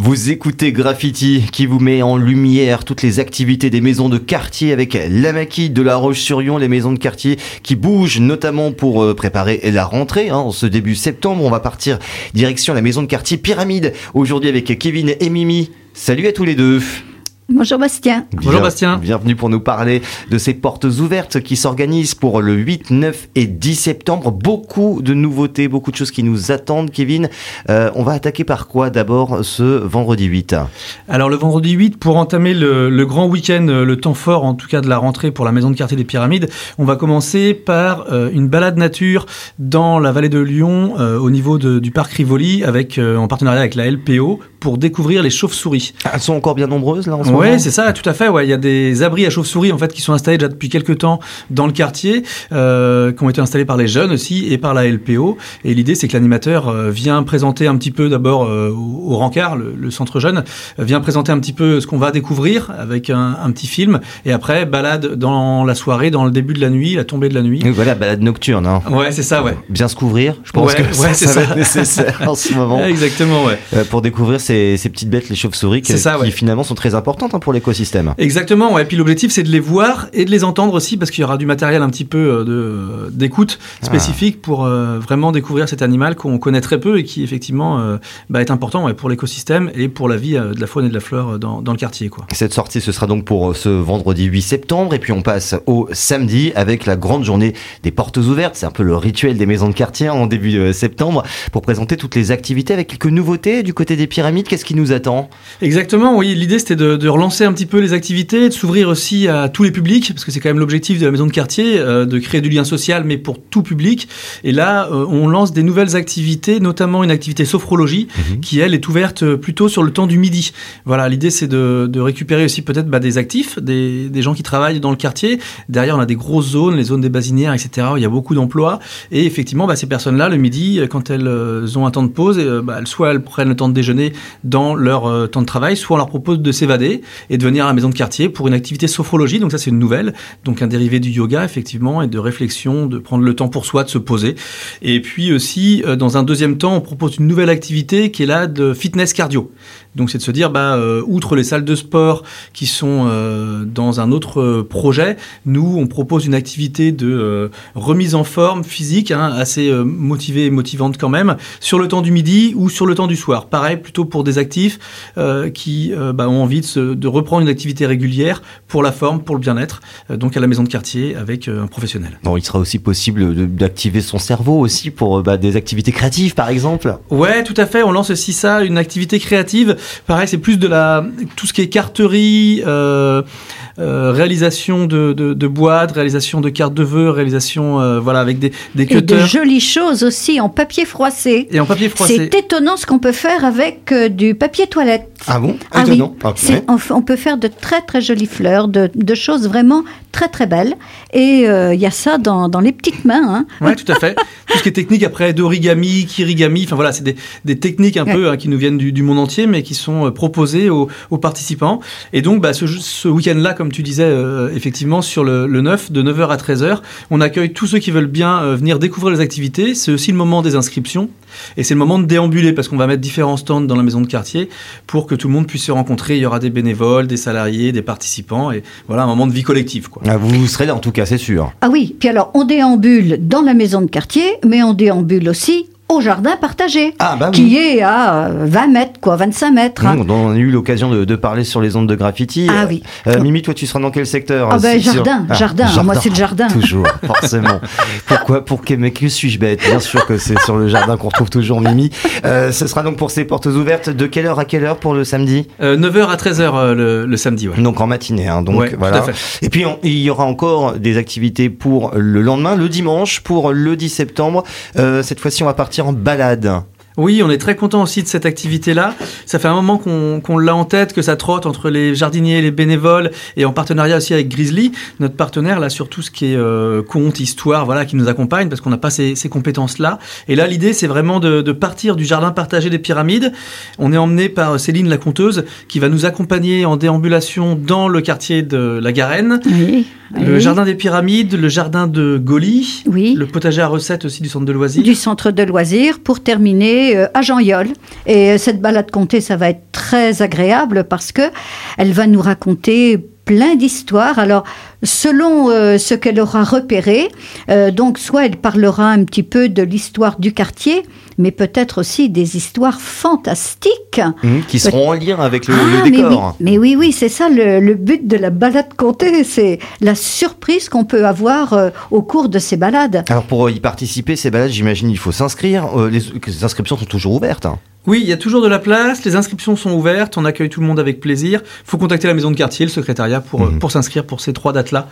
Vous écoutez Graffiti qui vous met en lumière toutes les activités des maisons de quartier avec la Maquis de La Roche-sur-Yon, les maisons de quartier qui bougent notamment pour préparer la rentrée en ce début septembre. On va partir direction la maison de quartier Pyramide aujourd'hui avec Kevin et Mimi. Salut à tous les deux. Bonjour Bastien. Bonjour Bastien. Bienvenue pour nous parler de ces portes ouvertes qui s'organisent pour le 8, 9 et 10 septembre. Beaucoup de nouveautés, beaucoup de choses qui nous attendent. Kevin, on va attaquer par quoi d'abord ce vendredi 8 ? Alors le vendredi 8, pour entamer le grand week-end, le temps fort en tout cas de la rentrée pour la maison de quartier des Pyramides, on va commencer par une balade nature dans la vallée de Lyon au niveau du parc Rivoli en partenariat avec la LPO pour découvrir les chauves-souris. Elles sont encore bien nombreuses là en ce moment ? Oui, c'est ça, tout à fait. Ouais. Il y a des abris à chauves-souris en fait, qui sont installés déjà depuis quelques temps dans le quartier, qui ont été installés par les jeunes aussi et par la LPO. Et l'idée, c'est que l'animateur vient présenter un petit peu d'abord au Rancard, le centre jeune, vient présenter un petit peu ce qu'on va découvrir avec un petit film. Et après, balade dans la soirée, dans le début de la nuit, la tombée de la nuit. Et voilà, balade nocturne. Hein. Ouais, c'est ça, ouais. Bien se couvrir, je pense que ça va être nécessaire en ce moment. Exactement, ouais. Pour découvrir ces petites bêtes, les chauves-souris, qui finalement sont très importantes pour l'écosystème. Exactement, ouais. Puis l'objectif, c'est de les voir et de les entendre aussi, parce qu'il y aura du matériel un petit peu d'écoute spécifique pour vraiment découvrir cet animal qu'on connaît très peu et qui effectivement est important pour l'écosystème et pour la vie de la faune et de la flore dans le quartier, quoi. Cette sortie, ce sera donc pour ce vendredi 8 septembre, et puis on passe au samedi avec la grande journée des portes ouvertes. C'est un peu le rituel des maisons de quartier en début septembre, pour présenter toutes les activités avec quelques nouveautés du côté des Pyramides. Qu'est-ce qui nous attend ? Exactement, oui. L'idée, c'était de relancer un petit peu les activités, de s'ouvrir aussi à tous les publics, parce que c'est quand même l'objectif de la maison de quartier, de créer du lien social, mais pour tout public. Et là, on lance des nouvelles activités, notamment une activité sophrologie, qui, elle, est ouverte plutôt sur le temps du midi. Voilà, l'idée, c'est de récupérer aussi peut-être des actifs, des gens qui travaillent dans le quartier. Derrière, on a des grosses zones, les zones des basinières, etc., où il y a beaucoup d'emplois. Et effectivement, ces personnes-là, le midi, quand elles ont un temps de pause, soit elles prennent le temps de déjeuner dans leur temps de travail, soit on leur propose de s'évader et de venir à la maison de quartier pour une activité sophrologie. Donc ça, c'est une nouvelle, donc un dérivé du yoga effectivement, et de réflexion, de prendre le temps pour soi, de se poser. Et puis aussi, dans un deuxième temps, on propose une nouvelle activité qui est là de fitness cardio. Donc c'est de se dire, outre les salles de sport qui sont dans un autre projet, nous on propose une activité de remise en forme physique, assez motivée et motivante quand même, sur le temps du midi ou sur le temps du soir. Pareil, plutôt pour des actifs qui ont envie de reprendre une activité régulière pour la forme, pour le bien-être, donc à la maison de quartier avec un professionnel. Bon, il sera aussi possible d'activer son cerveau aussi pour des activités créatives par exemple. Ouais, tout à fait, on lance aussi ça, une activité créative. Pareil, c'est plus tout ce qui est carterie, réalisation de boîtes, réalisation de cartes de vœux, réalisation avec des cutters. Et de jolies choses aussi en papier froissé. Et en papier froissé. C'est étonnant ce qu'on peut faire avec du papier toilette. Ah bon ? Étonnant. Oui. Okay. On peut faire de très très jolies fleurs, de choses vraiment très très belles. Et il y a ça dans les petites mains. Oui, tout à fait. Tout ce qui est technique après d'origami, kirigami, c'est des techniques un peu qui nous viennent du monde entier, mais qui sont proposées aux participants. Et donc ce week-end-là, comme tu disais, effectivement, sur le 9, de 9h à 13h, on accueille tous ceux qui veulent bien venir découvrir les activités. C'est aussi le moment des inscriptions. Et c'est le moment de déambuler, parce qu'on va mettre différents stands dans la maison de quartier pour que tout le monde puisse se rencontrer. Il y aura des bénévoles, des salariés, des participants, et voilà, un moment de vie collective, quoi. Ah, vous serez là en tout cas, c'est sûr. Ah oui, puis alors on déambule dans la maison de quartier, mais on déambule aussi au jardin partagé, qui est à 20 mètres, 25 mètres. On a eu l'occasion de parler sur les ondes de Graffiti. Ah oui. Mimi, toi, tu seras dans quel secteur ? Jardin. Moi, c'est le jardin. Toujours, forcément. Pourquoi ? Que suis-je bête ? Bien sûr que c'est sur le jardin qu'on retrouve toujours Mimi. Ce sera donc pour ces portes ouvertes de quelle heure à quelle heure pour le samedi ? 9h à 13h le samedi, ouais. Donc en matinée, donc voilà. Tout à fait. Et puis il y aura encore des activités pour le lendemain, le dimanche, pour le 10 septembre. Cette fois-ci, on va partir en balade. Oui, on est très content aussi de cette activité-là. Ça fait un moment qu'on l'a en tête, que ça trotte entre les jardiniers, les bénévoles, et en partenariat aussi avec Grizzly, notre partenaire là sur tout ce qui est conte, histoire, qui nous accompagne, parce qu'on n'a pas ces compétences-là. Et là, l'idée, c'est vraiment de partir du jardin partagé des Pyramides. On est emmené par Céline, la conteuse, qui va nous accompagner en déambulation dans le quartier de la Garenne. Oui. Le jardin des Pyramides, le jardin de Gauly, oui. Le potager à recettes aussi du centre de loisirs. Du centre de loisirs, pour terminer comptée à Jean-Yol. Et cette balade comptée, ça va être très agréable parce que elle va nous raconter plein d'histoires. Alors, selon ce qu'elle aura repéré, donc soit elle parlera un petit peu de l'histoire du quartier, mais peut-être aussi des histoires fantastiques. Qui seront en lien avec le décor. Mais oui, c'est ça le but de la balade comptée, c'est la surprise qu'on peut avoir au cours de ces balades. Alors pour y participer, ces balades, j'imagine il faut s'inscrire. Les inscriptions sont toujours ouvertes. Oui, il y a toujours de la place, les inscriptions sont ouvertes, on accueille tout le monde avec plaisir. Il faut contacter la maison de quartier, le secrétariat pour s'inscrire pour ces 3 dates-là,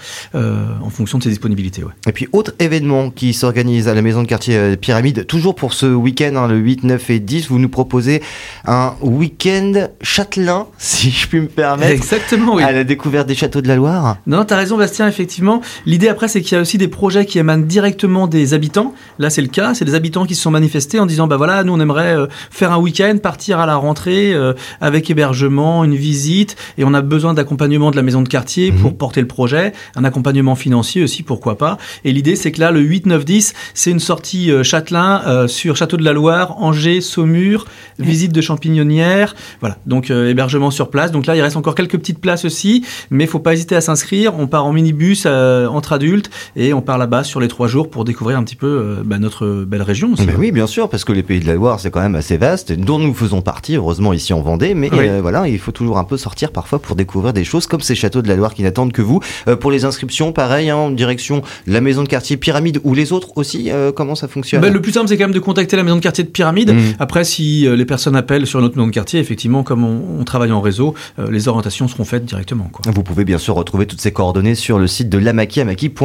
en fonction de ses disponibilités. Ouais. Et puis, autre événement qui s'organise à la maison de quartier Pyramide, toujours pour ce week-end, le 8, 9 et 10, vous nous proposez un week-end châtelain, si je puis me permettre. Exactement, oui. À la découverte des châteaux de la Loire. Non, t'as raison Bastien, effectivement. L'idée après, c'est qu'il y a aussi des projets qui émanent directement des habitants. Là, c'est le cas, c'est des habitants qui se sont manifestés en disant, voilà, nous on aimerait faire un week-end, partir à la rentrée avec hébergement, une visite, et on a besoin d'accompagnement de la maison de quartier pour porter le projet, un accompagnement financier aussi, pourquoi pas. Et l'idée, c'est que là, le 8, 9, 10, c'est une sortie châtelain sur Château de la Loire, Angers, Saumur, visite de champignonnière, voilà, donc hébergement sur place. Donc là, il reste encore quelques petites places aussi, mais il faut pas hésiter à s'inscrire. On part en minibus entre adultes et on part là-bas sur les 3 jours pour découvrir un petit peu notre belle région aussi. Oui, bien sûr, parce que les Pays de la Loire, c'est quand même assez vaste, dont nous faisons partie, heureusement, ici en Vendée, mais voilà, il faut toujours un peu sortir parfois pour découvrir des choses comme ces châteaux de la Loire qui n'attendent que vous. Pour les inscriptions, pareil, en direction la maison de quartier Pyramide ou les autres aussi, comment ça fonctionne? Le plus simple, c'est quand même de contacter la maison de quartier de Pyramide. Après, si les personnes appellent sur notre maison de quartier, effectivement, comme on travaille en réseau, les orientations seront faites directement, quoi. Vous pouvez bien sûr retrouver toutes ces coordonnées sur le site de l'Amaki,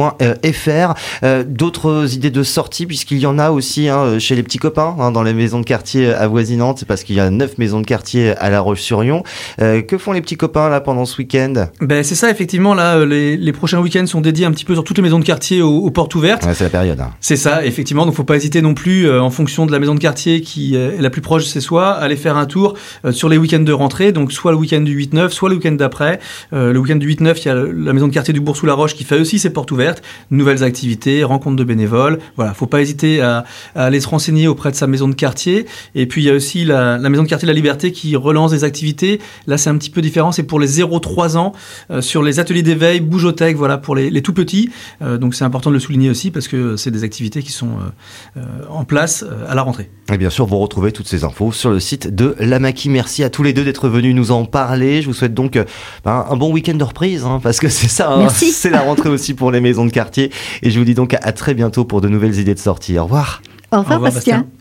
amaki.fr. D'autres idées de sortie, puisqu'il y en a aussi chez les petits copains, dans les maisons de quartier avoisinantes, parce qu'il y a 9 maisons de quartier à La Roche-sur-Yon. Que font les petits copains là pendant ce week-end? C'est ça, effectivement, là, les prochains week-ends sont dédiés un petit peu sur toutes les maisons de quartier aux portes ouvertes. Ouais, c'est la période. C'est ça, effectivement, donc faut pas hésiter non plus, en fonction de la maison de quartier qui est la plus proche de chez soi, à aller faire un tour sur les week-ends de rentrée, donc soit le week-end du 8-9, soit le week-end d'après. Le week-end du 8-9, il y a la maison de quartier du Bourg-sous-la-Roche qui fait aussi ses portes ouvertes, nouvelles activités, rencontres de bénévoles. Voilà, faut pas hésiter à aller se renseigner auprès de sa maison de quartier. Et puis il y a aussi la maison de quartier de la Liberté qui relance des activités. Là, c'est un petit peu différent, c'est pour les 0-3 ans, sur les ateliers d'éveil, bougeothèque, voilà, pour les tout petits. Donc c'est important de le souligner aussi parce que c'est des activités qui sont en place à la rentrée. Et bien sûr, vous retrouvez toutes ces infos sur le site de l'Amaki. Merci à tous les deux d'être venus nous en parler. Je vous souhaite donc un bon week-end de reprise, parce que c'est ça, c'est la rentrée aussi pour les maisons de quartier. Et je vous dis donc à très bientôt pour de nouvelles idées de sortie. Au revoir. Au revoir, Bastien.